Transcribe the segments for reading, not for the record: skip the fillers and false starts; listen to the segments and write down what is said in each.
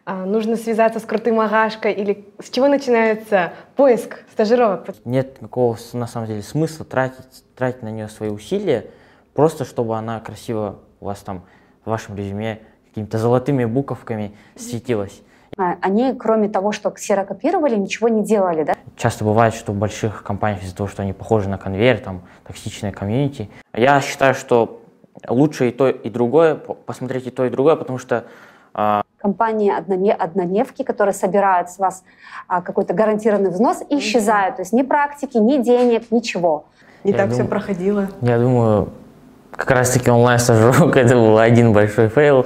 Нужно связаться с крутым агашкой, или с чего начинается поиск стажировок? Нет никакого, на самом деле, смысла тратить на нее свои усилия, просто чтобы она красиво у вас там в вашем резюме какими-то золотыми буковками светилась. Они, кроме того, что ксерокопировали, ничего не делали, да? Часто бывает, что в больших компаниях из-за того, что они похожи на конвейер, там токсичная комьюнити. Я считаю, что лучше и то, и другое, посмотреть и то, и другое, потому что компании однодневки, которые собирают с вас какой-то гарантированный взнос, исчезают. То есть ни практики, ни денег, ничего. Не так все проходило. Я думаю, как раз-таки онлайн-стажировка это был один большой фейл.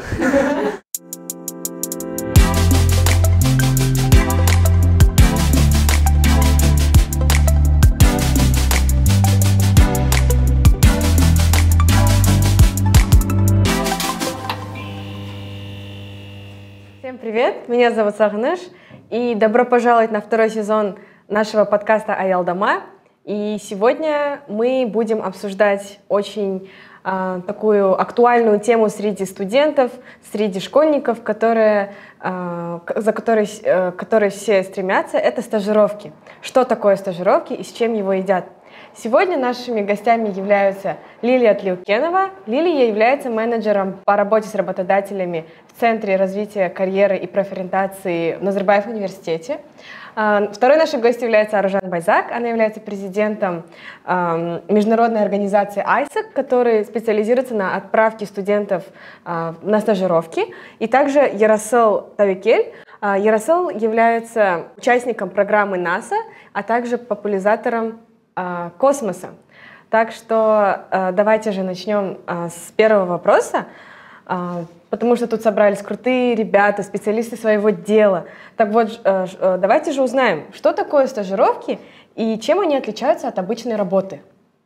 Всем привет, меня зовут Сагыныш, и добро пожаловать на второй сезон нашего подкаста «Аялдама». И сегодня мы будем обсуждать очень такую актуальную тему среди студентов, среди школьников, которые все стремятся, это стажировки. Что такое стажировки и с чем его едят? Сегодня нашими гостями являются Лилия Тлеукенова. Лилия является менеджером по работе с работодателями в Центре развития карьеры и профориентации в Назарбаев университете. Второй нашей гостью является Аружан Байзак. Она является президентом международной организации ISEC, которая специализируется на отправке студентов на стажировки. И также Ярасыл Тавикель. Ярасыл является участником программы НАСА, а также популяризатором космоса. Так что давайте же начнем с первого вопроса, потому что тут собрались крутые ребята, специалисты своего дела. Так вот, давайте же узнаем, что такое стажировки и чем они отличаются от обычной работы.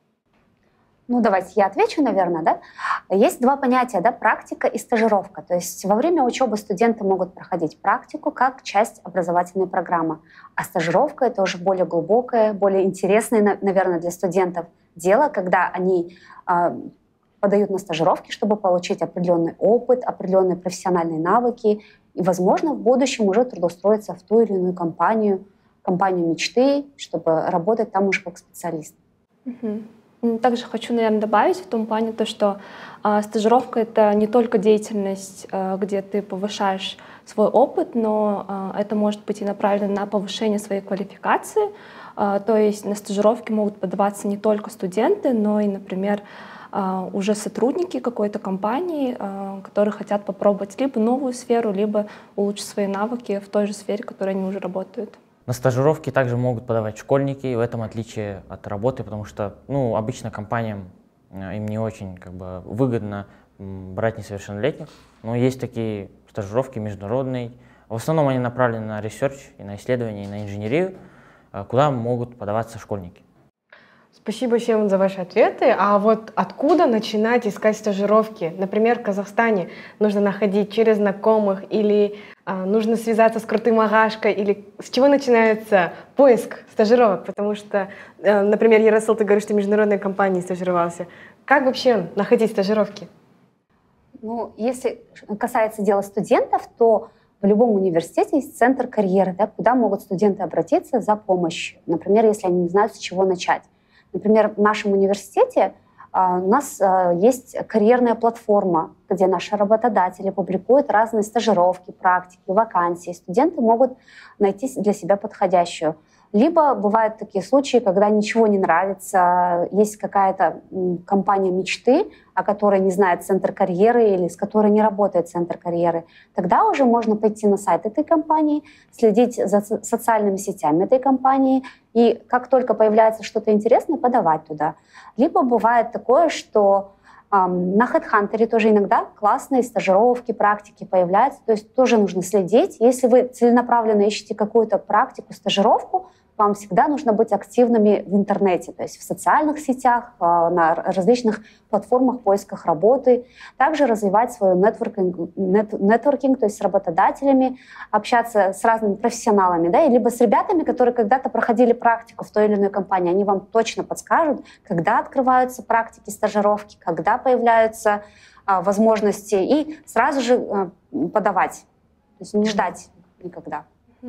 Ну, давайте я отвечу, наверное, да. Есть два понятия, да, практика и стажировка. То есть во время учебы студенты могут проходить практику как часть образовательной программы, а стажировка — это уже более глубокое, более интересное, наверное, для студентов дело, когда они подают на стажировки, чтобы получить определенный опыт, определенные профессиональные навыки и, возможно, в будущем уже трудоустроиться в ту или иную компанию мечты, чтобы работать там уже как специалист. Также хочу, наверное, добавить в том плане, что стажировка — это не только деятельность, где ты повышаешь свой опыт, но это может быть и направлено на повышение своей квалификации. То есть на стажировки могут подаваться не только студенты, но и, например, уже сотрудники какой-то компании, которые хотят попробовать либо новую сферу, либо улучшить свои навыки в той же сфере, в которой они уже работают. На стажировки также могут подавать школьники, и в этом отличие от работы, потому что обычно компаниям им не очень выгодно брать несовершеннолетних, но есть такие стажировки международные. В основном они направлены на ресерч, и на исследования, и на инженерию, куда могут подаваться школьники. Спасибо всем за ваши ответы. А вот откуда начинать искать стажировки? Например, в Казахстане нужно находить через знакомых или нужно связаться с крутым агашкой? Или с чего начинается поиск стажировок? Потому что, например, Ярасыл, ты говоришь, что в международной компании стажировался. Как вообще находить стажировки? Ну, если касается дела студентов, то в любом университете есть центр карьеры, да, куда могут студенты обратиться за помощью. Например, если они не знают, с чего начать. Например, в нашем университете у нас есть карьерная платформа, где наши работодатели публикуют разные стажировки, практики, вакансии. Студенты могут найти для себя подходящую. Либо бывают такие случаи, когда ничего не нравится, есть какая-то компания мечты, о которой не знает центр карьеры или с которой не работает центр карьеры. Тогда уже можно пойти на сайт этой компании, следить за социальными сетями этой компании и как только появляется что-то интересное, подавать туда. Либо бывает такое, что на HeadHunter тоже иногда классные стажировки, практики появляются, то есть тоже нужно следить. Если вы целенаправленно ищете какую-то практику, стажировку, вам всегда нужно быть активными в интернете, то есть в социальных сетях, на различных платформах поисках работы. Также развивать свой нетворкинг, то есть с работодателями, общаться с разными профессионалами, да, либо с ребятами, которые когда-то проходили практику в той или иной компании. Они вам точно подскажут, когда открываются практики, стажировки, когда появляются возможности, и сразу же подавать. есть не ждать никогда.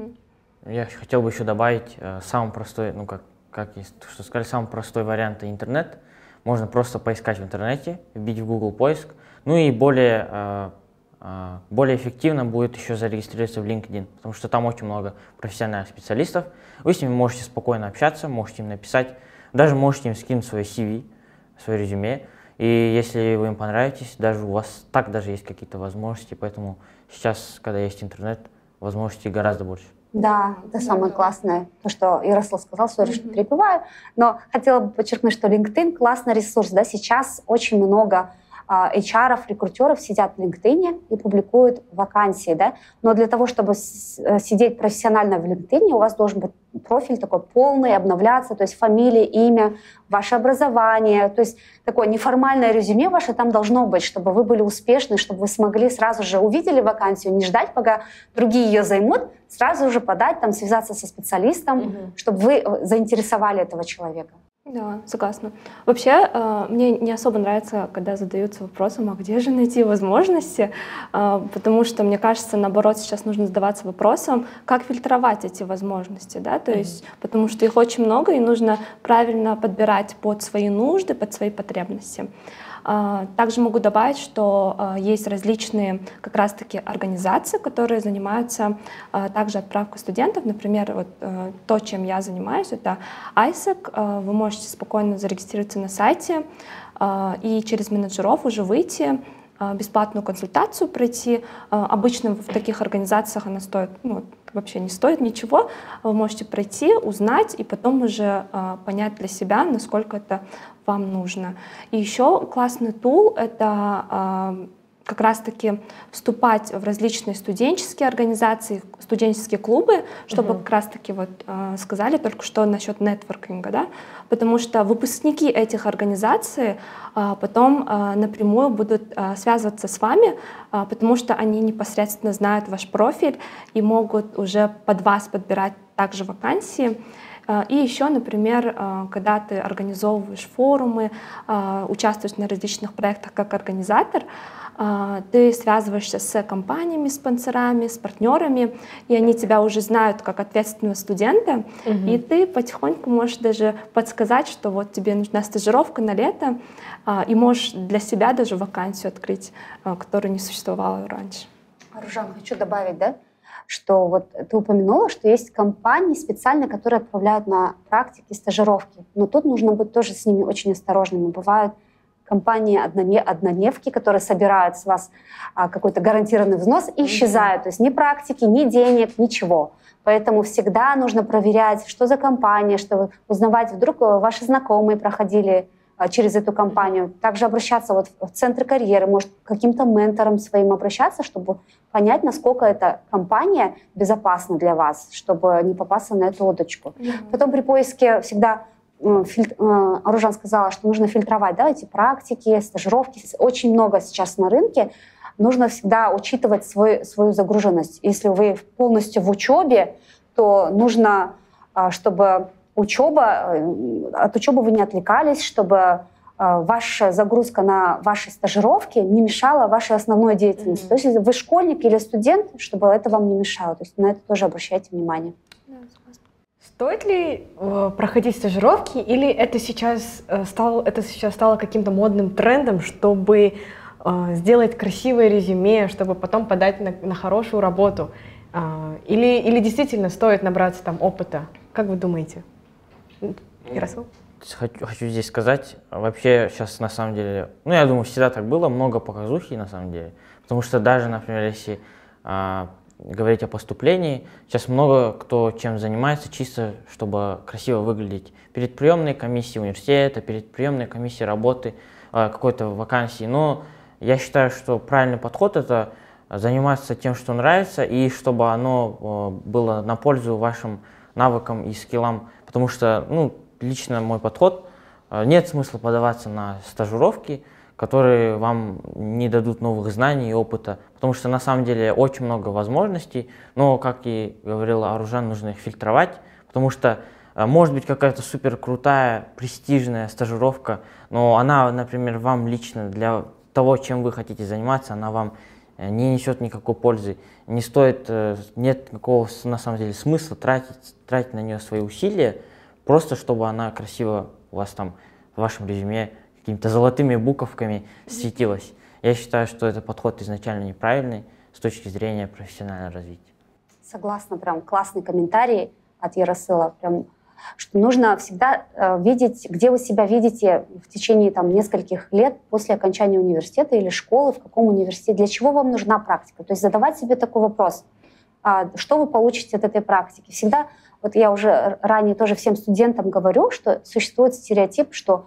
Я хотел бы еще добавить самый простой, ну как есть, что сказали, самый простой вариант — это интернет. Можно просто поискать в интернете, вбить в Google поиск. Ну и более эффективно будет еще зарегистрироваться в LinkedIn, потому что там очень много профессиональных специалистов. Вы с ними можете спокойно общаться, можете им написать, даже можете им скинуть свое CV, свое резюме. И если вы им понравитесь, даже у вас так даже есть какие-то возможности. Поэтому сейчас, когда есть интернет, возможностей гораздо больше. Да, это самое классное, то, что Ярослав сказал, сори, что перебиваю, но хотела бы подчеркнуть, что LinkedIn классный ресурс, да, сейчас очень много HR-ов, рекрутеров сидят в LinkedIn и публикуют вакансии, да, но для того, чтобы сидеть профессионально в LinkedIn, у вас должен быть профиль такой полный, обновляться, то есть фамилия, имя, ваше образование, то есть такое неформальное резюме ваше там должно быть, чтобы вы были успешны, чтобы вы смогли сразу же увидели вакансию, не ждать, пока другие ее займут, сразу же подать, там, связаться со специалистом, чтобы вы заинтересовали этого человека. Да, согласна. Вообще, мне не особо нравится, когда задаются вопросом, а где же найти возможности, потому что, мне кажется, наоборот, сейчас нужно задаваться вопросом, как фильтровать эти возможности, да, то есть, потому что их очень много, и нужно правильно подбирать под свои нужды, под свои потребности. Также могу добавить, что есть различные как раз-таки организации, которые занимаются также отправкой студентов. Например, вот то, чем я занимаюсь, это ISEC. Вы можете спокойно зарегистрироваться на сайте и через менеджеров уже выйти, бесплатную консультацию пройти. Обычно в таких организациях она стоит, ну, вообще не стоит ничего. Вы можете пройти, узнать и потом уже понять для себя, насколько это вам нужно. И еще классный тул — это как раз-таки вступать в различные студенческие организации, студенческие клубы, чтобы как раз-таки вот сказали только что насчет нетворкинга, да, потому что выпускники этих организаций потом напрямую будут связываться с вами, потому что они непосредственно знают ваш профиль и могут уже под вас подбирать также вакансии. И еще, например, когда ты организовываешь форумы, участвуешь на различных проектах как организатор, ты связываешься с компаниями, спонсорами, с партнерами, и они тебя уже знают как ответственного студента, и ты потихоньку можешь даже подсказать, что вот тебе нужна стажировка на лето, и можешь для себя даже вакансию открыть, которая не существовала раньше. Аружан, хочу добавить, да, что вот ты упомянула, что есть компании специальные, которые отправляют на практики, стажировки, но тут нужно быть тоже с ними очень осторожными. Бывают компании однодневки, которые собирают с вас какой-то гарантированный взнос и исчезают. То есть ни практики, ни денег, ничего. Поэтому всегда нужно проверять, что за компания, чтобы узнавать, вдруг ваши знакомые проходили через эту компанию. Также обращаться вот в центры карьеры, может, к каким-то менторам своим обращаться, чтобы понять, насколько эта компания безопасна для вас, чтобы не попасться на эту удочку. Потом при поиске всегда Аружан сказала, что нужно фильтровать, да, эти практики, стажировки. Очень много сейчас на рынке. Нужно всегда учитывать свою загруженность. Если вы полностью в учебе, то нужно, чтобы от учебы вы не отвлекались, чтобы ваша загрузка на вашей стажировке не мешала вашей основной деятельности. То есть если вы школьник или студент, чтобы это вам не мешало. То есть на это тоже обращайте внимание. Стоит ли проходить стажировки, или это сейчас стало каким-то модным трендом, чтобы сделать красивое резюме, чтобы потом подать на хорошую работу? Или действительно стоит набраться там опыта? Как вы думаете? Ярослав? Хочу здесь сказать, вообще сейчас на самом деле, ну я думаю, всегда так было, много показухи на самом деле, потому что даже, например, если говорить о поступлении, сейчас много кто чем занимается, чисто чтобы красиво выглядеть перед приемной комиссией университета, перед приемной комиссией работы, какой-то вакансии. Но я считаю, что правильный подход — это заниматься тем, что нравится, и чтобы оно было на пользу вашим навыкам и скиллам, потому что, ну, лично мой подход, нет смысла подаваться на стажировки, которые вам не дадут новых знаний и опыта, потому что на самом деле очень много возможностей, но, как и говорила Аружан, нужно их фильтровать, потому что может быть какая-то супер крутая, престижная стажировка, но она, например, вам лично для того, чем вы хотите заниматься, она вам не несет никакой пользы, не стоит, нет никакого на самом деле смысла тратить на нее свои усилия, просто чтобы она красиво у вас там в вашем резюме какими-то золотыми буковками светилась. Я считаю, что этот подход изначально неправильный с точки зрения профессионального развития. Согласна, прям классный комментарий от Яросыла, прям, что нужно всегда видеть, где вы себя видите в течение там, нескольких лет после окончания университета или школы, в каком университете, для чего вам нужна практика. То есть задавать себе такой вопрос, что вы получите от этой практики. Всегда, вот я уже ранее тоже всем студентам говорю, что существует стереотип, что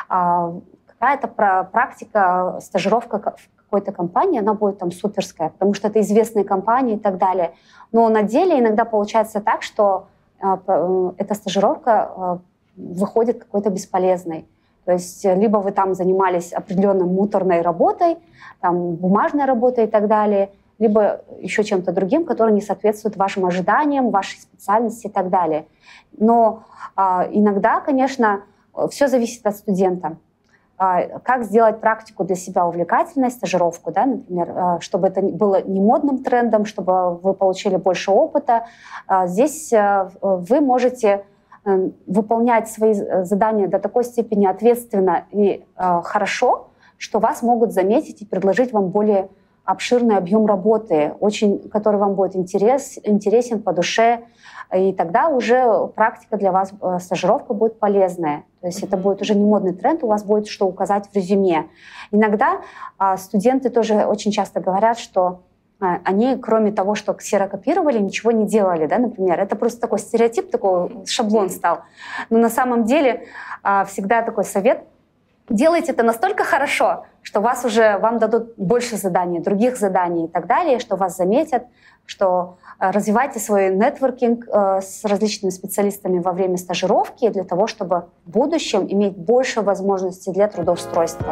какая-то практика, стажировка в какой-то компании, она будет там суперская, потому что это известные компании и так далее. Но на деле иногда получается так, что эта стажировка выходит какой-то бесполезной. То есть либо вы там занимались определенной муторной работой, там, бумажной работой и так далее, либо еще чем-то другим, который не соответствует вашим ожиданиям, вашей специальности и так далее. Но иногда, конечно, все зависит от студента. Как сделать практику для себя увлекательной, стажировку, да, например, чтобы это было не модным трендом, чтобы вы получили больше опыта. Здесь вы можете выполнять свои задания до такой степени ответственно и хорошо, что вас могут заметить и предложить вам более обширный объем работы, который вам будет интересен по душе. И тогда уже практика для вас, стажировка будет полезная. То есть это будет уже не модный тренд, у вас будет что указать в резюме. Иногда студенты тоже очень часто говорят, что они, кроме того, что ксерокопировали, ничего не делали, да, например. Это просто такой стереотип, такой шаблон стал. Но на самом деле всегда такой совет: делайте это настолько хорошо, что вам дадут больше заданий, других заданий и так далее, что вас заметят, что развивайте свой нетворкинг с различными специалистами во время стажировки для того, чтобы в будущем иметь больше возможностей для трудоустройства.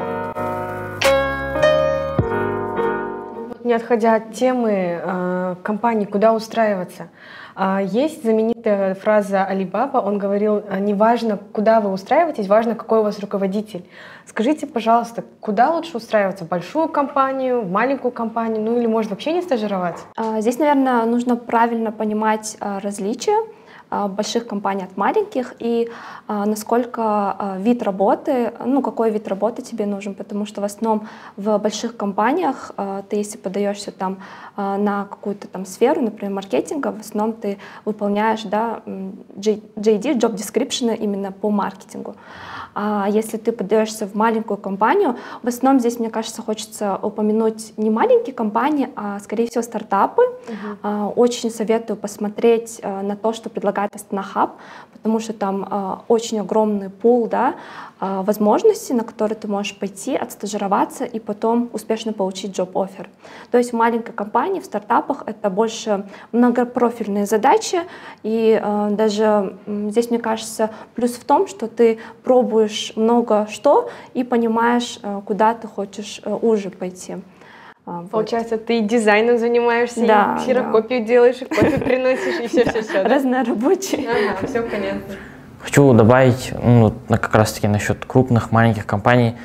Не отходя от темы компании, куда устраиваться, есть знаменитая фраза Алибаба, он говорил: не важно, куда вы устраиваетесь, важно, какой у вас руководитель. Скажите, пожалуйста, куда лучше устраиваться? В большую компанию, в маленькую компанию, ну или может вообще не стажироваться? Здесь, наверное, нужно правильно понимать различия больших компаний от маленьких и насколько вид работы, какой вид работы тебе нужен, потому что в основном в больших компаниях ты, если подаешься там на какую-то там сферу, например, маркетинга, в основном ты выполняешь, да, JD, job description именно по маркетингу. А если ты подаешься в маленькую компанию, в основном здесь, мне кажется, хочется упомянуть не маленькие компании, а, скорее всего, стартапы. Очень советую посмотреть на то, что предлагает Астана Хаб, потому что там очень огромный пул, да, возможностей, на которые ты можешь пойти, отстажироваться и потом успешно получить job-offer. То есть в маленькой компании, в стартапах это больше многопрофильные задачи, и даже здесь, мне кажется, плюс в том, что ты пробуешь много что и понимаешь, куда ты хочешь уже пойти. Получается, ты дизайном занимаешься, да, и ксерокопию делаешь, и кофе приносишь, и все. Разнорабочие. Ага, все понятно. Хочу добавить, как раз-таки насчет крупных, маленьких компаний.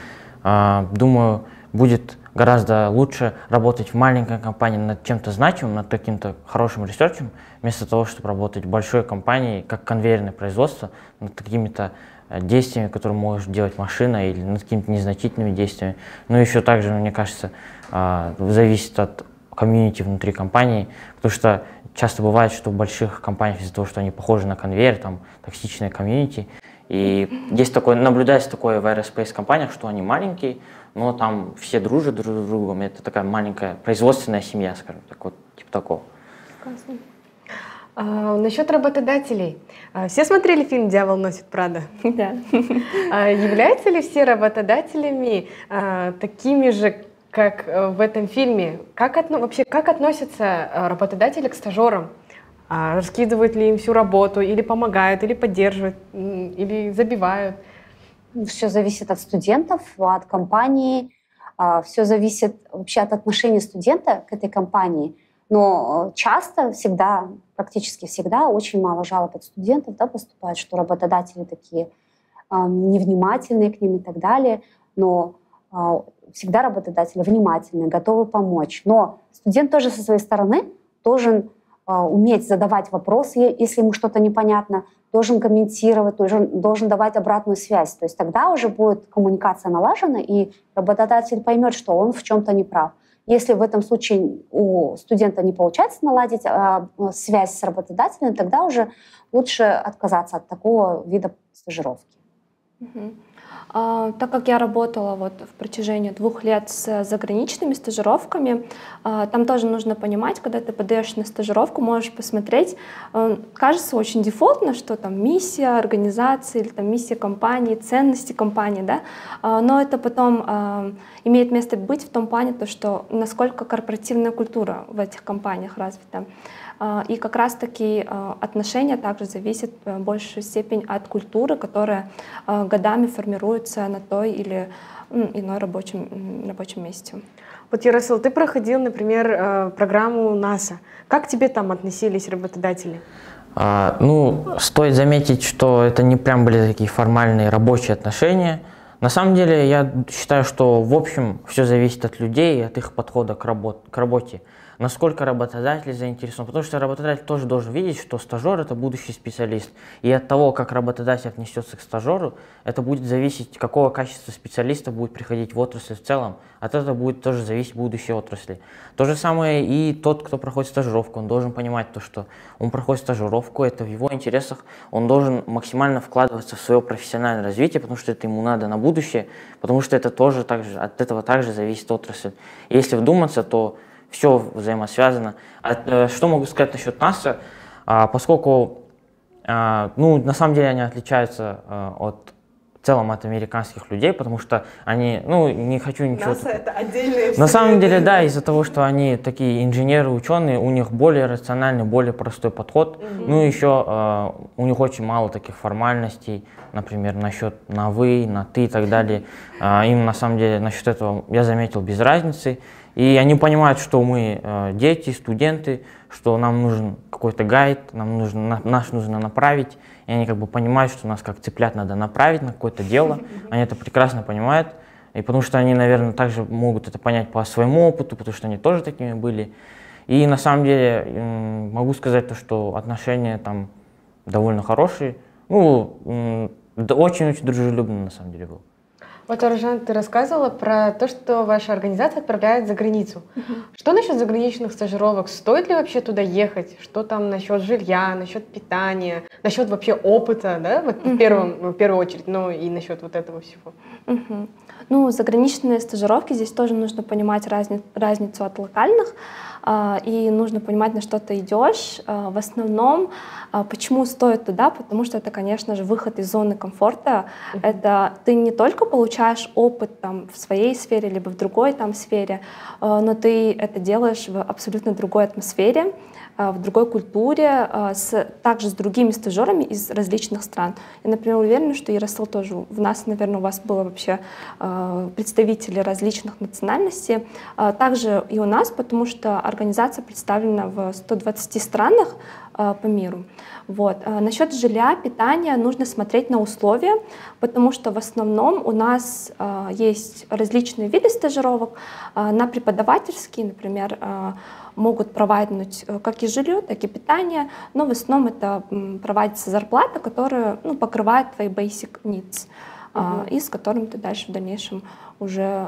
Думаю, будет гораздо лучше работать в маленькой компании над чем-то значимым, над каким-то хорошим ресерчем, вместо того, чтобы работать в большой компании, как конвейерное производство, над какими-то действиями, которые может делать машина, или над какими-то незначительными действиями. Но еще также, мне кажется, зависит от комьюнити внутри компании, потому что часто бывает, что в больших компаниях из-за того, что они похожи на конвейер, там токсичное комьюнити, и есть такое, наблюдается такое в aerospace компаниях, что они маленькие, но там все дружат друг с другом, это такая маленькая производственная семья, скажем так, вот типа такого. Насчет работодателей. Все смотрели фильм «Дьявол носит Прада»? Да. Являются ли все работодателями такими же, как в этом фильме? Как относятся работодатели к стажерам? Раскидывают ли им всю работу, или помогают, или поддерживают, или забивают? Все зависит от студентов, от компании, все зависит вообще от отношения студента к этой компании. Но часто, всегда, практически всегда очень мало жалоб от студентов, да, поступает, что работодатели такие невнимательные к ним и так далее. Но всегда работодатели внимательны, готовы помочь. Но студент тоже со своей стороны должен уметь задавать вопросы, если ему что-то непонятно, должен комментировать, должен давать обратную связь. То есть тогда уже будет коммуникация налажена, и работодатель поймет, что он в чем-то не прав. Если в этом случае у студента не получается наладить связь с работодателем, тогда уже лучше отказаться от такого вида стажировки. Так как я работала вот в протяжении 2 лет с заграничными стажировками, там тоже нужно понимать, когда ты подаешь на стажировку, можешь посмотреть, кажется очень дефолтно, что там миссия организации или там миссия компании, ценности компании, да, но это потом имеет место быть в том плане, то, что насколько корпоративная культура в этих компаниях развита. И как раз-таки отношения также зависят в большей степени от культуры, которая годами формируется на той или иной рабочем месте. Вот, Ярослав, ты проходил, например, программу НАСА. Как к тебе там относились работодатели? Стоит заметить, что это не прям были такие формальные рабочие отношения. На самом деле, я считаю, что в общем все зависит от людей и от их подхода к работе. Насколько работодатель заинтересован. Потому что работодатель тоже должен видеть, что стажер – это будущий специалист. И от того, как работодатель отнесется к стажеру, это будет зависеть, какого качества специалиста будет приходить в отрасль в целом. От этого будет тоже зависеть будущее отрасли. То же самое и тот, кто проходит стажировку. Он должен понимать то, что он проходит стажировку, это в его интересах. Он должен максимально вкладываться в свое профессиональное развитие, потому что это ему надо на будущее, потому что это тоже от этого также зависит отрасль. И если вдуматься, то все взаимосвязано. Что могу сказать насчет НАСА? Поскольку, на самом деле они отличаются в целом от американских людей, потому что они, не хочу ничего... НАСА — это отдельная... На самом деле, да, из-за того, что они такие инженеры, ученые, у них более рациональный, более простой подход. Еще у них очень мало таких формальностей, например, насчет на «вы», на «ты» и так далее. Им, на самом деле, насчет этого я заметил без разницы. И они понимают, что мы дети, студенты, что нам нужен какой-то гайд, нас нужно направить. И они как бы понимают, что нас как цыплят надо направить на какое-то дело. Они это прекрасно понимают. И потому что они, наверное, также могут это понять по своему опыту, потому что они тоже такими были. И на самом деле могу сказать, что отношения там довольно хорошие. Очень-очень дружелюбно на самом деле было. Вот, Аружан, ты рассказывала про то, что ваша организация отправляет за границу. Что насчет заграничных стажировок? Стоит ли вообще туда ехать? Что там насчет жилья, насчет питания, насчет вообще опыта, да? Вот в первую очередь, но и насчет вот этого всего. Заграничные стажировки, здесь тоже нужно понимать разницу от локальных, и нужно понимать, на что ты идешь. В основном, почему стоит туда? Потому что это, конечно же, выход из зоны комфорта. Это ты не только получаешь опыт там, в своей сфере, либо в другой там сфере, но ты это делаешь в абсолютно другой атмосфере, в другой культуре, также с другими стажерами из различных стран. Я, например, уверена, что Ярослав тоже в нас, наверное, у вас было вообще представители различных национальностей. Также и у нас, потому что организация представлена в 120 странах по миру. Вот. Насчет жилья, питания нужно смотреть на условия, потому что в основном у нас есть различные виды стажировок. На преподавательские, например, могут провайднуть как и жилье, так и питание, но в основном это проводится зарплата, которая покрывает твои basic needs, и с которым ты дальше в дальнейшем уже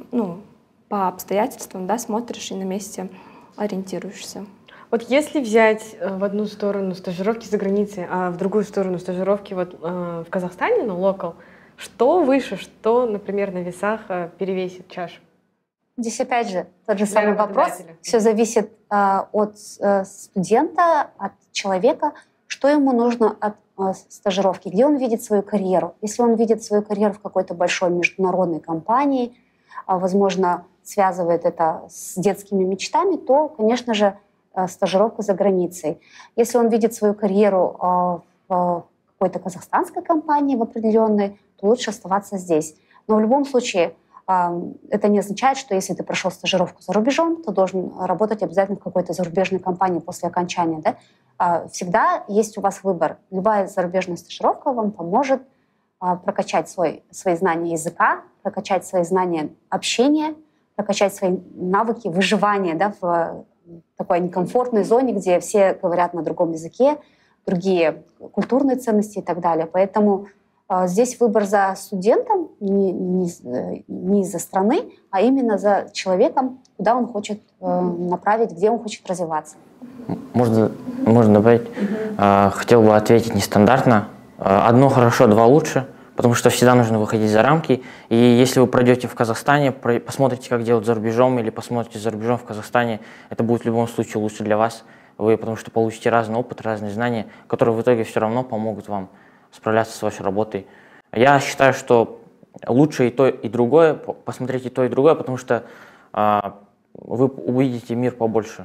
по обстоятельствам смотришь и на месте ориентируешься. Вот если взять в одну сторону стажировки за границей, а в другую сторону стажировки в Казахстане, local, что выше, что, например, на весах перевесит чашу? Здесь опять же тот же самый вопрос. Все зависит от студента, от человека, что ему нужно от стажировки, где он видит свою карьеру. Если он видит свою карьеру в какой-то большой международной компании, возможно, связывает это с детскими мечтами, то, конечно же, стажировка за границей. Если он видит свою карьеру в какой-то казахстанской компании в определенной, то лучше оставаться здесь. Но в любом случае это не означает, что если ты прошел стажировку за рубежом, то должен работать обязательно в какой-то зарубежной компании после окончания. Да? Всегда есть у вас выбор. Любая зарубежная стажировка вам поможет прокачать свои знания языка, прокачать свои знания общения, прокачать свои навыки выживания, да, в такой некомфортной зоне, где все говорят на другом языке, другие культурные ценности и так далее. Поэтому здесь выбор за студентом не из-за страны, а именно за человеком, куда он хочет направить, где он хочет развиваться. Можно добавить? Хотел бы ответить нестандартно. Одно хорошо, два лучше, потому что всегда нужно выходить за рамки. И если вы пройдете в Казахстане, посмотрите, как делают за рубежом, или посмотрите за рубежом в Казахстане, это будет в любом случае лучше для вас. Вы потому что получите разный опыт, разные знания, которые в итоге все равно помогут вам справляться с вашей работой. Я считаю, что лучше и то, и другое, посмотреть и то, и другое, потому что вы увидите мир побольше.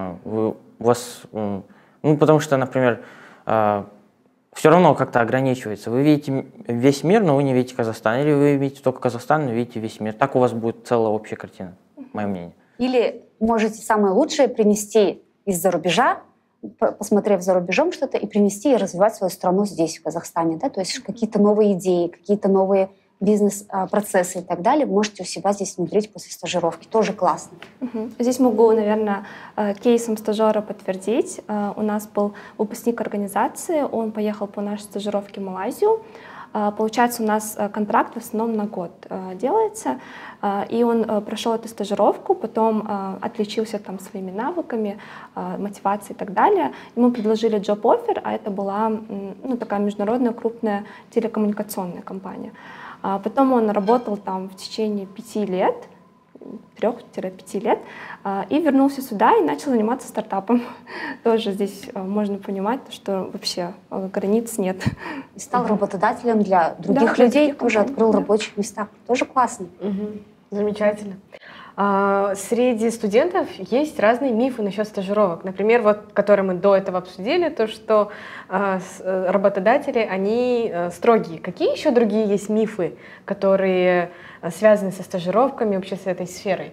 Потому что, например, все равно как-то ограничивается. Вы видите весь мир, но вы не видите Казахстан. Или вы видите только Казахстан, но видите весь мир. Так у вас будет целая общая картина, мое мнение. Или можете самое лучшее принести из-за рубежа, посмотрев за рубежом что-то, и принести и развивать свою страну здесь, в Казахстане. Да? То есть какие-то новые идеи, какие-то новые бизнес-процессы и так далее можете у себя здесь внедрить после стажировки. Тоже классно. Здесь могу, наверное, кейсом стажера подтвердить. У нас был выпускник организации, он поехал по нашей стажировке в Малайзию. Получается, у нас контракт в основном на год делается, и он прошел эту стажировку, потом отличился там своими навыками, мотивацией и так далее. Ему предложили job-offer, а это была такая международная крупная телекоммуникационная компания. Потом он работал там в течение 5 лет, 3-5 лет, и вернулся сюда и начал заниматься стартапом. Тоже здесь можно понимать, что вообще границ нет. И стал работодателем для других людей, тоже открыл рабочие места. Тоже классно. Замечательно. Среди студентов есть разные мифы насчет стажировок. Например, которые мы до этого обсудили, то, что работодатели, они строгие. Какие еще другие есть мифы, которые связаны со стажировками, вообще с этой сферой?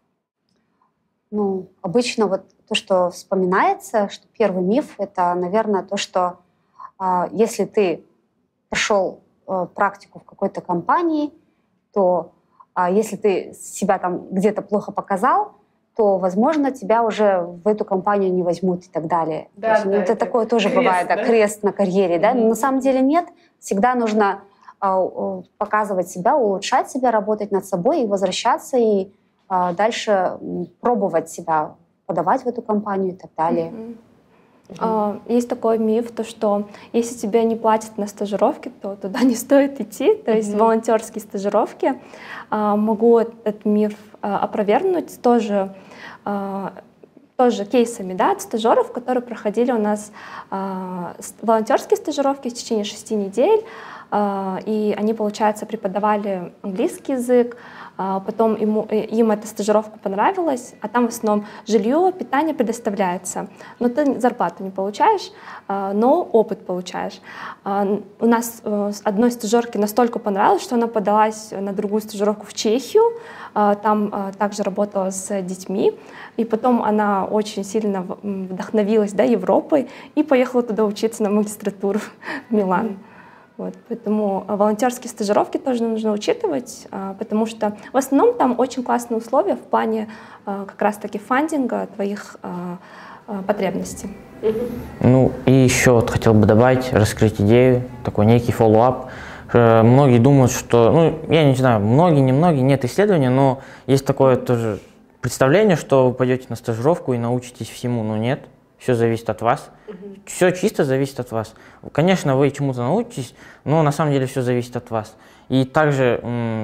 Обычно то, что вспоминается, что первый миф, это, наверное, то, что если ты прошел практику в какой-то компании, то если ты себя там где-то плохо показал, то, возможно, тебя уже в эту компанию не возьмут и так далее. Да, это такое тоже крест, бывает, да? Крест на карьере. Да? Но на самом деле нет. Всегда нужно показывать себя, улучшать себя, работать над собой и возвращаться, и дальше пробовать себя, подавать в эту компанию и так далее. Есть такой миф, то, что если тебе не платят на стажировке, то туда не стоит идти, то есть волонтерские стажировки. Могу этот миф опровергнуть тоже кейсами, да, от стажеров, которые проходили у нас волонтерские стажировки в течение 6 недель, и они, получается, преподавали английский язык, потом им эта стажировка понравилась, а там в основном жилье, питание предоставляется. Но ты зарплату не получаешь, но опыт получаешь. У нас одной стажерке настолько понравилось, что она подалась на другую стажировку в Чехию, там также работала с детьми, и потом она очень сильно вдохновилась, да, Европой и поехала туда учиться на магистратуру в Милан. Поэтому волонтерские стажировки тоже нужно учитывать, потому что в основном там очень классные условия в плане как раз-таки фандинга твоих потребностей. И еще хотел бы добавить, раскрыть идею, такой некий фоллоуап. Многие думают, что, я не знаю, немногие, нет исследования, но есть такое тоже представление, что вы пойдете на стажировку и научитесь всему, но нет. Все зависит от вас. Все чисто зависит от вас. Конечно, вы чему-то научитесь, но на самом деле все зависит от вас. И также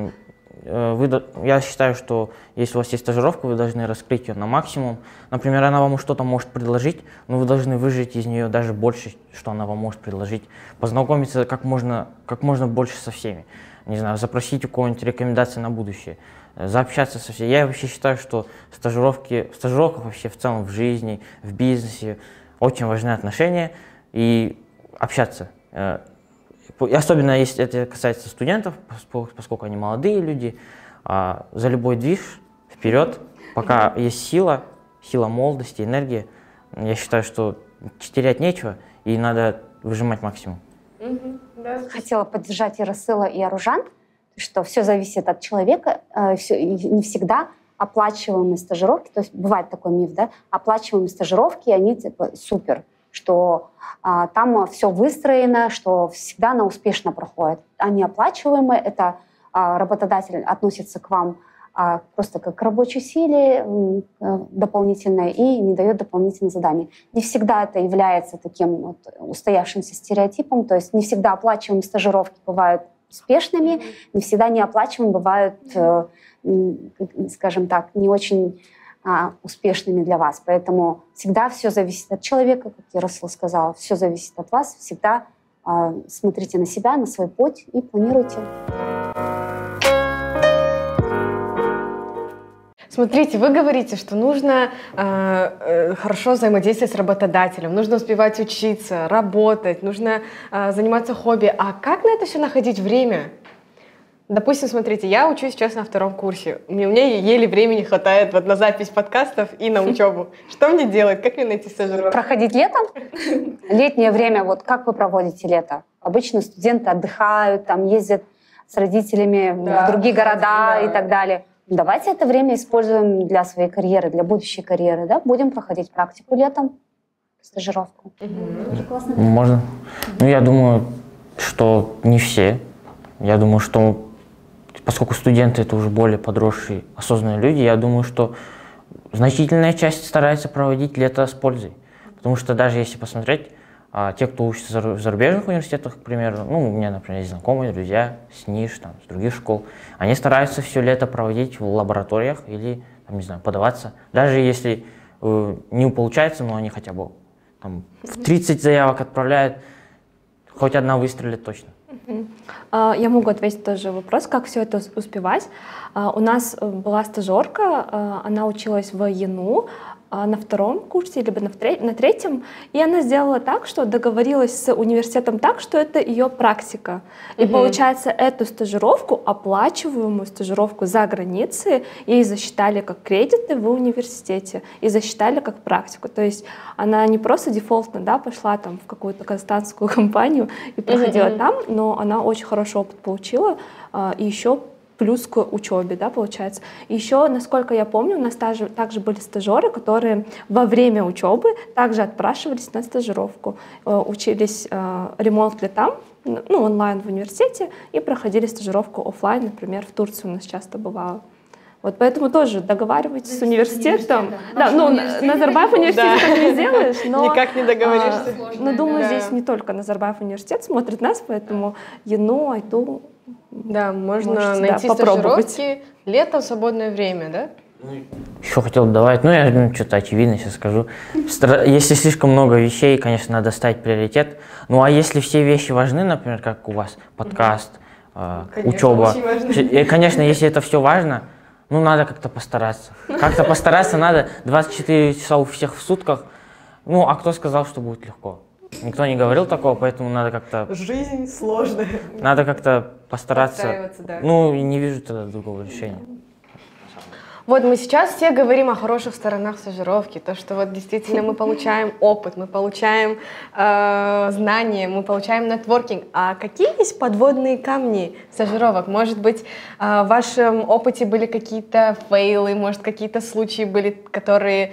я считаю, что если у вас есть стажировка, вы должны раскрыть ее на максимум. Например, она вам что-то может предложить, но вы должны выжать из нее даже больше, что она вам может предложить. Познакомиться как можно больше со всеми. Не знаю, запросить у кого-нибудь рекомендации на будущее. Заобщаться со всеми. Я вообще считаю, что в стажировках вообще в целом в жизни, в бизнесе очень важны отношения и общаться. И особенно если это касается студентов, поскольку они молодые люди, за любой движ вперед, пока есть сила молодости, энергия. Я считаю, что терять нечего и надо выжимать максимум. Хотела поддержать и Расыла, и Аружан. что все зависит от человека, не всегда оплачиваемые стажировки, то есть бывает такой миф, да, оплачиваемые стажировки, они типа супер, что там все выстроено, что всегда она успешно проходит. А неоплачиваемые — это работодатель относится к вам просто как к рабочей силе дополнительной и не дает дополнительных заданий. Не всегда это является таким вот устоявшимся стереотипом, то есть не всегда оплачиваемые стажировки бывают успешными, не всегда неоплачиваемые бывают, скажем так, не очень успешными для вас. Поэтому всегда все зависит от человека, как Ярослав сказал, все зависит от вас. Всегда смотрите на себя, на свой путь и планируйте. Смотрите, вы говорите, что нужно хорошо взаимодействовать с работодателем, нужно успевать учиться, работать, нужно заниматься хобби. А как на это все находить время? Допустим, смотрите, я учусь сейчас на 2-м курсе. Мне еле времени хватает вот на запись подкастов и на учебу. Что мне делать? Как мне найти стажировку? Проходить летом? Летнее время, вот как вы проводите лето? Обычно студенты отдыхают, там ездят с родителями в другие города и так далее. Давайте это время используем для своей карьеры, для будущей карьеры. Да? Будем проходить практику летом, стажировку. Можно. Ну, я думаю, что не все. Я думаю, что поскольку студенты — это уже более подросшие, осознанные люди, я думаю, что значительная часть старается проводить лето с пользой. Потому что даже если посмотреть, те, кто учится в зарубежных университетах, к примеру, ну, у меня, например, есть знакомые, друзья с НИШ, там, с других школ, они стараются все лето проводить в лабораториях или, там, не знаю, подаваться. Даже если не получается, но они хотя бы там, в 30 заявок отправляют, хоть одна выстрелит точно. Я могу ответить тоже вопрос, как все это успевать. У нас была стажерка, она училась в ЯНУ на 2-м курсе, либо на 3-м, и она сделала так, что договорилась с университетом так, что это ее практика. И получается, эту стажировку, оплачиваемую стажировку за границей, ей засчитали как кредиты в университете и засчитали как практику. То есть она не просто дефолтно пошла там в какую-то казахстанскую компанию и проходила там, но она очень хороший опыт получила, и еще плюс к учебе, получается. И еще, насколько я помню, у нас также были стажеры, которые во время учебы также отпрашивались на стажировку, учились ремонтли там, ну, онлайн в университете, и проходили стажировку офлайн, например, в Турции у нас часто бывало. Вот поэтому тоже договаривайтесь с университетом. Да, ну, Назарбаев университет так не сделаешь, но... Никак не договоришься. Но думаю, здесь не только Назарбаев университет смотрит нас, поэтому ЕНУ, Айту... Да, можно найти стажировки летом, в свободное время, да? Еще хотел добавить, я что-то очевидно сейчас скажу. Если слишком много вещей, конечно, надо ставить приоритет. Ну а если все вещи важны, например, как у вас подкаст, учеба, и, конечно, если это все важно, надо как-то постараться. Как-то постараться надо 24 часа у всех в сутках. А кто сказал, что будет легко? Никто не говорил такого, поэтому надо как-то... Жизнь сложная. Надо как-то постараться. Да. И не вижу тогда другого решения. Вот мы сейчас все говорим о хороших сторонах стажировки, то, что вот действительно мы получаем опыт, мы получаем знания, мы получаем нетворкинг. А какие есть подводные камни стажировок? Может быть, в вашем опыте были какие-то фейлы, может, какие-то случаи были, которые,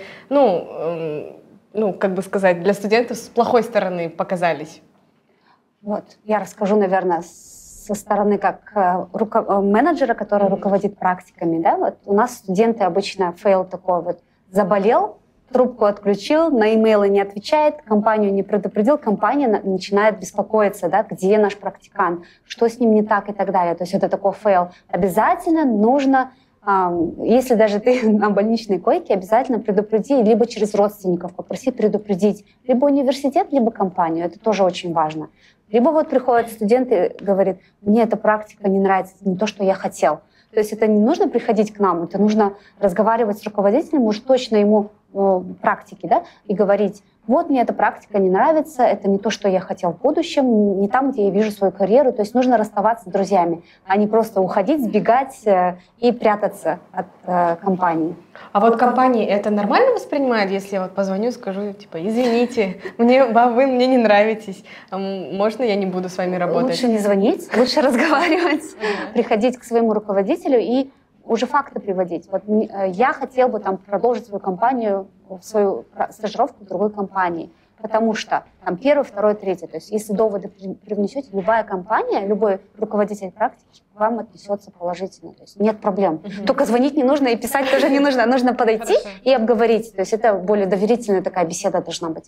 как бы сказать, для студентов с плохой стороны показались? Вот, я расскажу, наверное, со стороны как менеджера, который руководит практиками. Да? Вот у нас студенты обычно фейл такой вот: заболел, трубку отключил, на имейлы не отвечает, компанию не предупредил, компания начинает беспокоиться, да, где наш практикант, что с ним не так и так далее. То есть это такой фейл. Обязательно нужно, если даже ты на больничной койке, обязательно предупреди, либо через родственников попроси предупредить, либо университет, либо компанию. Это тоже очень важно. Либо вот приходят студенты и говорят: мне эта практика не нравится, это не то, что я хотел. То есть это не нужно приходить к нам, это нужно разговаривать с руководителем, уж точно ему практики, да, и говорить: вот мне эта практика не нравится, это не то, что я хотел в будущем, не там, где я вижу свою карьеру. То есть нужно расставаться с друзьями, а не просто уходить, сбегать и прятаться от компании. А вот компании это нормально воспринимают, если я вот позвоню, скажу, типа, извините, вы мне не нравитесь, можно я не буду с вами работать? Лучше не звонить, лучше разговаривать, приходить к своему руководителю и уже факты приводить. Вот я хотел бы там продолжить свою компанию, свою стажировку в другой компании, потому что там первый, второй, третий. То есть если доводы привнесете, любая компания, любой руководитель практики к вам отнесется положительно. То есть нет проблем. Только звонить не нужно и писать тоже не нужно. Нужно подойти и обговорить. То есть это более доверительная такая беседа должна быть.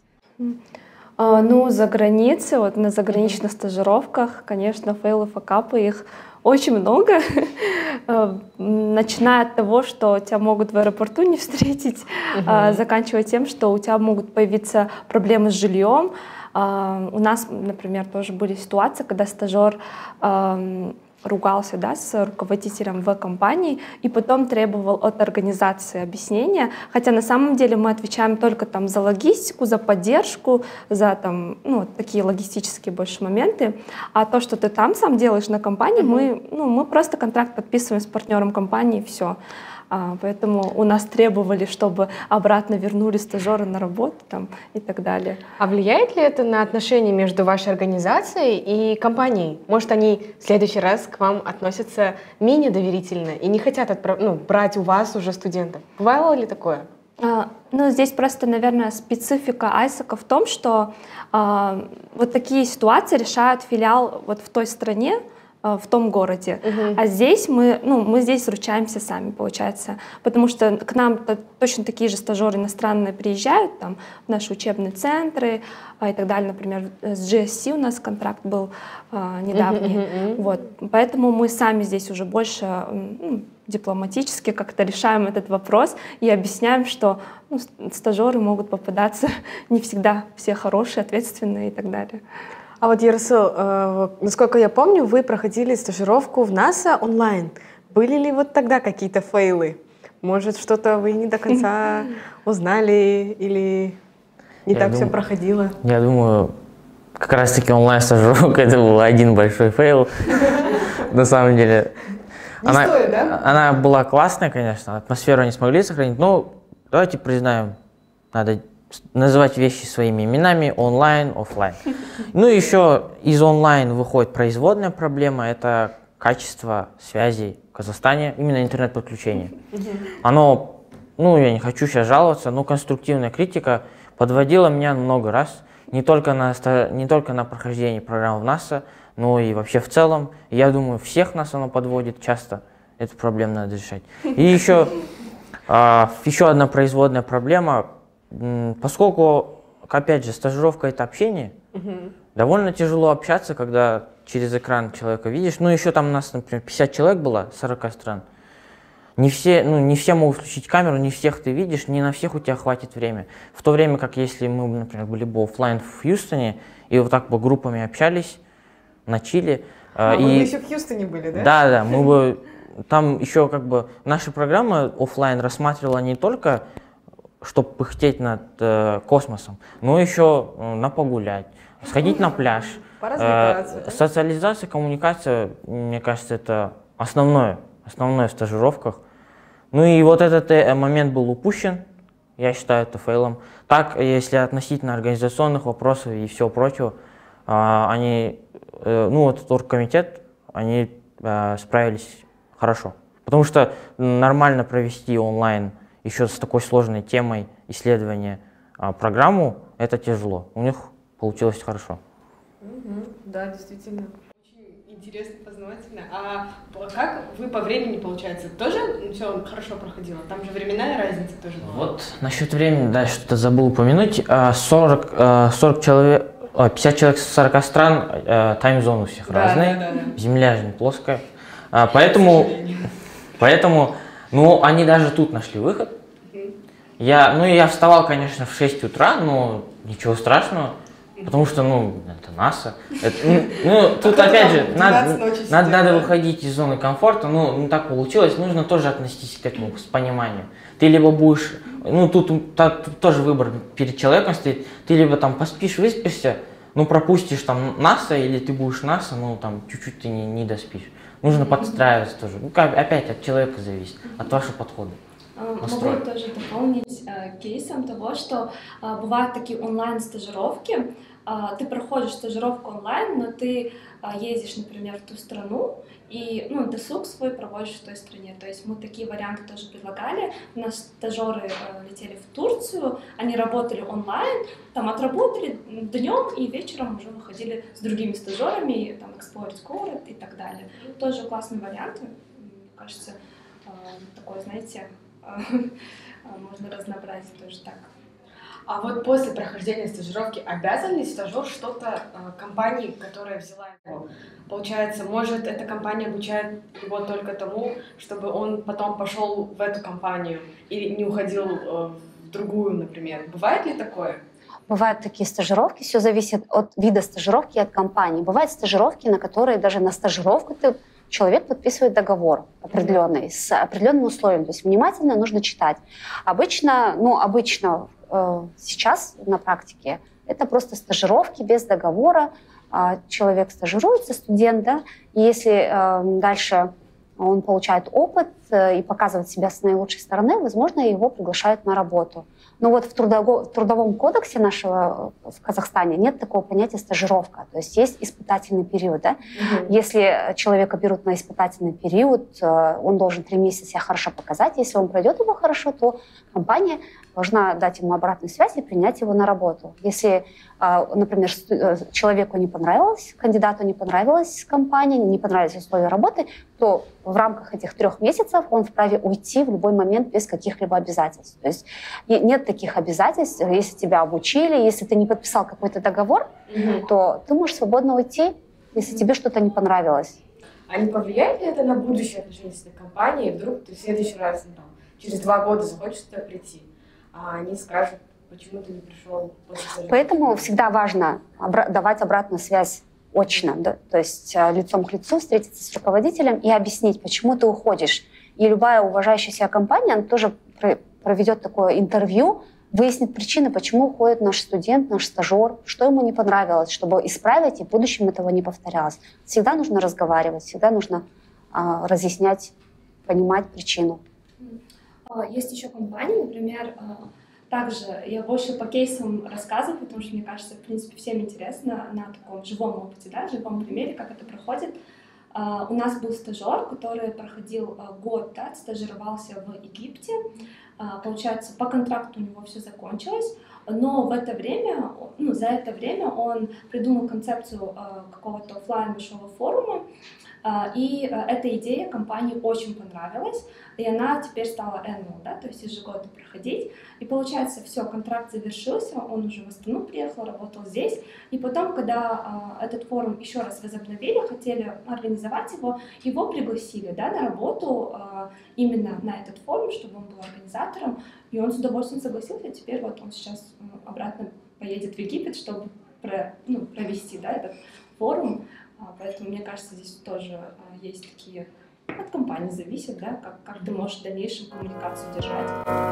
Ну, за границей, вот на заграничных стажировках, конечно, фейлы, факапы, их очень много, начиная от того, что тебя могут в аэропорту не встретить, заканчивая тем, что у тебя могут появиться проблемы с жильем. У нас, например, тоже были ситуации, когда стажер ругался, да, с руководителем в компании и потом требовал от организации объяснения, хотя на самом деле мы отвечаем только там за логистику, за поддержку, за там, ну, такие логистические больше моменты, а то, что ты там сам делаешь на компании, мы просто контракт подписываем с партнером компании, и все. Поэтому у нас требовали, чтобы обратно вернули стажера на работу там, и так далее. А влияет ли это на отношения между вашей организацией и компанией? Может, они в следующий раз к вам относятся менее доверительно и не хотят брать у вас уже студентов? Бывало ли такое? Ну, здесь просто, наверное, специфика ISAC в том, что вот такие ситуации решают филиал вот в той стране, в том городе. А здесь мы здесь ручаемся сами, получается. Потому что к нам точно такие же стажеры иностранные приезжают там, в наши учебные центры и так далее. Например, с GSC у нас контракт был недавний. Вот. Поэтому мы сами здесь уже больше дипломатически как-то решаем этот вопрос и объясняем, что стажеры могут попадаться не всегда все хорошие, ответственные и так далее. А вот, Ярсыл, насколько я помню, вы проходили стажировку в НАСА онлайн. Были ли вот тогда какие-то фейлы? Может, что-то вы не до конца узнали или не так все проходило? Я думаю, как раз-таки онлайн-стажировка это был один большой фейл. На самом деле. Она была классная, конечно, атмосферу не смогли сохранить, но давайте признаем, надо называть вещи своими именами, онлайн, офлайн. Ну и еще из онлайн выходит производная проблема, это качество связи в Казахстане, именно интернет-подключение. Оно, я не хочу сейчас жаловаться, но конструктивная критика подводила меня много раз, не только на прохождение программы в НАСА, но и вообще в целом. Я думаю, всех нас оно подводит часто, эту проблему надо решать. И еще одна производная проблема. Поскольку, опять же, стажировка — это общение, довольно тяжело общаться, когда через экран человека видишь. Ну, еще там у нас, например, 50 человек было, 40 стран. Не все могут включить камеру, не всех ты видишь, не на всех у тебя хватит времени. В то время как если мы, например, были бы офлайн в Хьюстоне, и вот так бы группами общались, на чили. Вы еще в Хьюстоне были, да? Да, мы бы... Там еще как бы наша программа офлайн рассматривала не только чтобы пыхтеть над космосом, но еще погулять, сходить на пляж. Социализация, коммуникация, мне кажется, это основное в стажировках. Ну и вот этот момент был упущен, я считаю это фейлом. Так, если относительно организационных вопросов и всего прочего, вот оргкомитет, они справились хорошо. Потому что нормально провести онлайн еще с такой сложной темой исследования программу, это тяжело. У них получилось хорошо. Да, действительно. Очень интересно, познавательно. А как вы по времени, получается, тоже все хорошо проходило? Там же временная разница тоже была. Вот насчет времени, да, что-то забыл упомянуть. 40 человек, 50 человек с 40 стран, таймзоны у всех разные. Да. Земля же не плоская. Поэтому они даже тут нашли выход. Я вставал, конечно, в 6 утра, но ничего страшного. Потому что, ну, это НАСА. Тут опять же, надо выходить из зоны комфорта. Ну, так получилось, нужно тоже отнестись к этому с пониманием. Ты либо будешь, ну, тут тоже выбор перед человеком стоит, ты либо там поспишь, выспишься, ну, пропустишь там НАСА, или ты будешь НАСА, ну, там, чуть-чуть ты не доспишь. Нужно подстраиваться тоже. Ну, опять от человека зависит, от вашего подхода. Могу тоже дополнить кейсом того, что бывают такие онлайн-стажировки. Ты проходишь стажировку онлайн, но ты ездишь, например, в ту страну и досуг свой проводишь в той стране. То есть мы такие варианты тоже предлагали. У нас стажеры летели в Турцию, они работали онлайн, там отработали днем и вечером уже выходили с другими стажерами, там, эксплорить город и так далее. Тоже классный вариант, мне кажется, такой, знаете, можно разнообразить тоже так. А вот после прохождения стажировки обязан ли стажер что-то компании, которая взяла его? Получается, может, эта компания обучает его только тому, чтобы он потом пошел в эту компанию или не уходил в другую, например. Бывает ли такое? Бывают такие стажировки, все зависит от вида стажировки и от компании. Бывают стажировки, на которые даже на стажировку человек подписывает договор определенный, с определенным условием. То есть внимательно нужно читать. Обычно сейчас на практике это просто стажировки без договора. Человек стажируется, студент, да, и если дальше он получает опыт и показывает себя с наилучшей стороны, возможно, его приглашают на работу. Но вот в трудовом кодексе нашего в Казахстане нет такого понятия стажировка. То есть есть испытательный период. Да? Если человека берут на испытательный период, он должен 3 месяца себя хорошо показать. Если он пройдет его хорошо, то компания должна дать ему обратную связь и принять его на работу. Если, например, человеку не понравилось, кандидату не понравилась компания, не понравились условия работы, то в рамках этих 3 месяцев он вправе уйти в любой момент без каких-либо обязательств. То есть нет таких обязательств. Если тебя обучили, если ты не подписал какой-то договор, то ты можешь свободно уйти, если тебе что-то не понравилось. А не повлияет ли это на будущее отношения с этой компанией? Вдруг ты в следующий раз, через 2 года захочешь туда прийти, а они скажут, почему ты не пришел после стажировки? Поэтому всегда важно давать обратную связь очно, да? То есть лицом к лицу встретиться с руководителем и объяснить, почему ты уходишь. И любая уважающая себя компания, она тоже проведет такое интервью, выяснит причины, почему уходит наш студент, наш стажер, что ему не понравилось, чтобы исправить и в будущем этого не повторялось. Всегда нужно разговаривать, всегда нужно разъяснять, понимать причину. Есть еще компании, например, также я больше по кейсам рассказываю, потому что, мне кажется, в принципе, всем интересно на таком живом опыте, да, живом примере, как это проходит. У нас был стажер, который проходил год, да, стажировался в Египте. Получается, по контракту у него все закончилось, но за это время он придумал концепцию какого-то офлайн большого форума, и эта идея компании очень понравилась, и она теперь стала annual, да, то есть ежегодно проходить. И получается, все, контракт завершился, он уже в Астану приехал, работал здесь. И потом, когда этот форум еще раз возобновили, хотели организовать его пригласили, да, на работу именно на этот форум, чтобы он был организатором. И он с удовольствием согласился, и теперь вот он сейчас обратно поедет в Египет, чтобы провести, да, этот форум. Поэтому, мне кажется, здесь тоже есть такие... От компании зависит, да, как ты можешь в дальнейшем коммуникацию держать.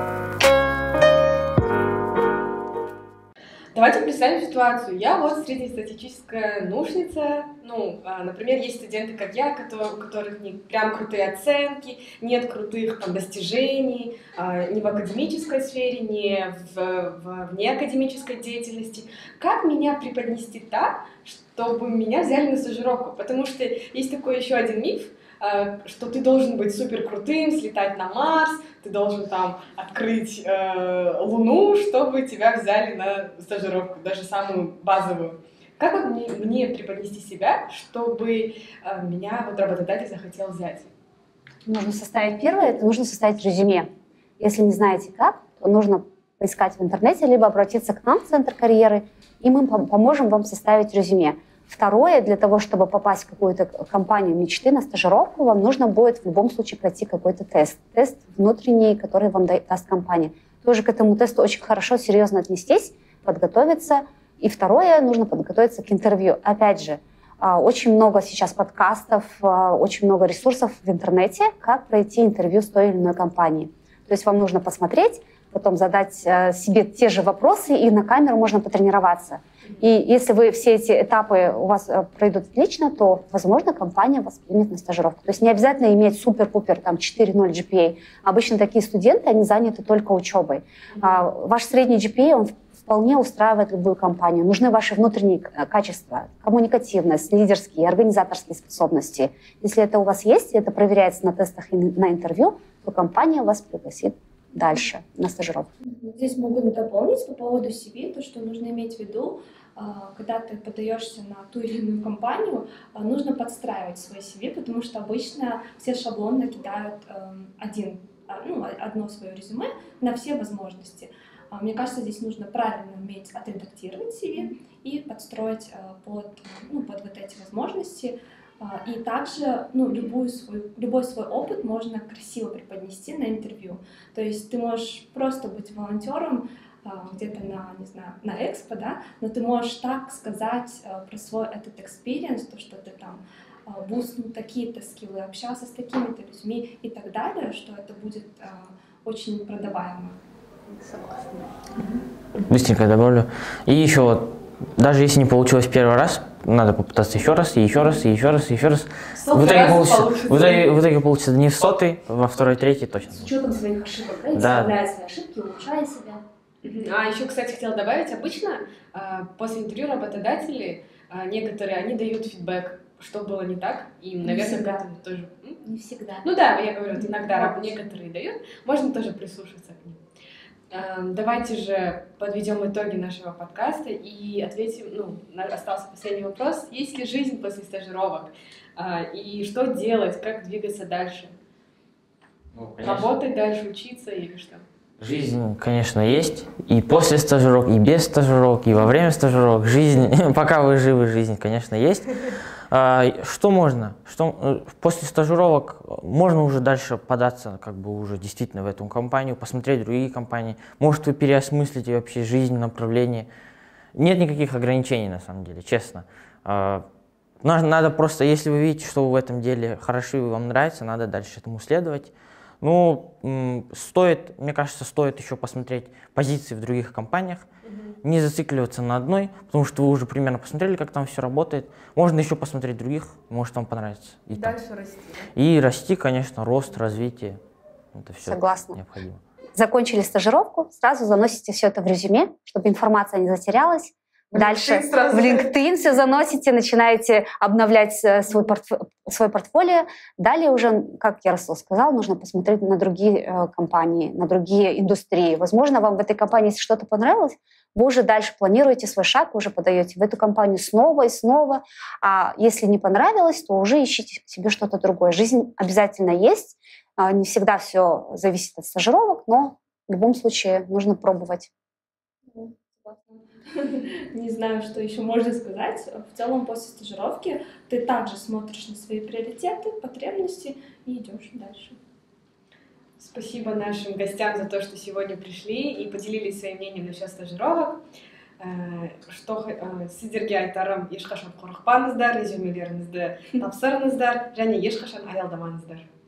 Давайте представим ситуацию. Я вот среднестатистическая наушница. Например, есть студенты, как я, у которых не прям крутые оценки, нет крутых там достижений ни в академической сфере, ни в неакадемической деятельности. Как меня преподнести так, чтобы меня взяли на стажировку? Потому что есть такой еще один миф, что ты должен быть супер крутым, слетать на Марс, ты должен там открыть Луну, чтобы тебя взяли на стажировку, даже самую базовую. Как вот мне преподнести себя, чтобы меня вот работодатель захотел взять? Нужно составить нужно составить резюме. Если не знаете как, то нужно поискать в интернете, либо обратиться к нам в Центр карьеры, и мы поможем вам составить резюме. Второе, для того, чтобы попасть в какую-то компанию мечты на стажировку, вам нужно будет в любом случае пройти какой-то тест. Тест внутренний, который вам даст компания. Тоже к этому тесту очень хорошо, серьезно отнестись, подготовиться И второе, нужно подготовиться к интервью. Опять же, очень много сейчас подкастов, очень много ресурсов в интернете, как пройти интервью с той или иной компанией. То есть вам нужно посмотреть, потом задать себе те же вопросы, и на камеру можно потренироваться. И если вы все эти этапы у вас пройдут отлично, то, возможно, компания вас примет на стажировку. То есть не обязательно иметь супер-пупер там 4.0 GPA. Обычно такие студенты, они заняты только учебой. Ваш средний GPA, он вполне устраивает любую компанию. Нужны ваши внутренние качества, коммуникативность, лидерские, организаторские способности. Если это у вас есть, и это проверяется на тестах и на интервью, то компания вас пригласит дальше на стажировку. Здесь могу дополнить по поводу CV, то, что нужно иметь в виду, когда ты подаешься на ту или иную компанию, нужно подстраивать свой CV, потому что обычно все шаблонно кидают одно свое резюме на все возможности. Мне кажется, здесь нужно правильно уметь отредактировать CV и подстроить под вот эти возможности. И также любой свой опыт можно красиво преподнести на интервью. То есть ты можешь просто быть волонтером где-то на экспо, да, но ты можешь так сказать про свой этот experience, то, что ты там бустнул такие-то скиллы, общался с такими-то людьми и так далее, что это будет очень продаваемо. Согласна. Быстренько добавлю. И еще вот, даже если не получилось первый раз, надо попытаться еще раз, и еще раз, и еще раз, и еще раз. В итоге получится не в 100-й, во второй, третий точно. С учетом своих ошибок, да? Исправляя свои ошибки, улучшая себя. А еще, кстати, хотела добавить, обычно после интервью работодатели, некоторые, они дают фидбэк, что было не так, и, наверное, к этому тоже... Не всегда. Ну да, я говорю, вот иногда некоторые дают, можно тоже прислушаться к ним. Давайте же подведем итоги нашего подкаста и ответим, остался последний вопрос. Есть ли жизнь после стажировок? И что делать, как двигаться дальше? Работать дальше, учиться или что? Жизнь, конечно, есть. И после стажировок, и без стажировок, и во время стажировок. Жизнь, пока вы живы, жизнь, конечно, есть. Что можно? После стажировок можно уже дальше податься уже действительно в эту компанию, посмотреть другие компании. Может, вы переосмыслите вообще жизнь, направление. Нет никаких ограничений, на самом деле, честно. Надо просто, если вы видите, что вы в этом деле хороши, вам нравится, надо дальше этому следовать. Мне кажется, стоит еще посмотреть позиции в других компаниях, не зацикливаться на одной, потому что вы уже примерно посмотрели, как там все работает. Можно еще посмотреть других, может вам понравится. И дальше расти. Да? И расти, конечно, рост, развитие. Это все Согласна. Необходимо. Закончили стажировку, сразу заносите все это в резюме, чтобы информация не затерялась. Дальше в LinkedIn все заносите, начинаете обновлять свой портфолио. Далее уже, как Ярослав сказал, нужно посмотреть на другие компании, на другие индустрии. Возможно, вам в этой компании, если что-то понравилось, вы уже дальше планируете свой шаг, вы уже подаете в эту компанию снова и снова. А если не понравилось, то уже ищите себе что-то другое. Жизнь обязательно есть. Не всегда все зависит от стажировок, но в любом случае нужно пробовать. Не знаю, что еще можно сказать. В целом, после стажировки ты также смотришь на свои приоритеты, потребности и идешь дальше. Спасибо нашим гостям за то, что сегодня пришли и поделились своим мнением насчет стажировок. Сіздерге айтарым, ешқашан қорықпаңыздар, резюмелеріңізді тапсырыңыздар және ешқашан аялдамаңыздар.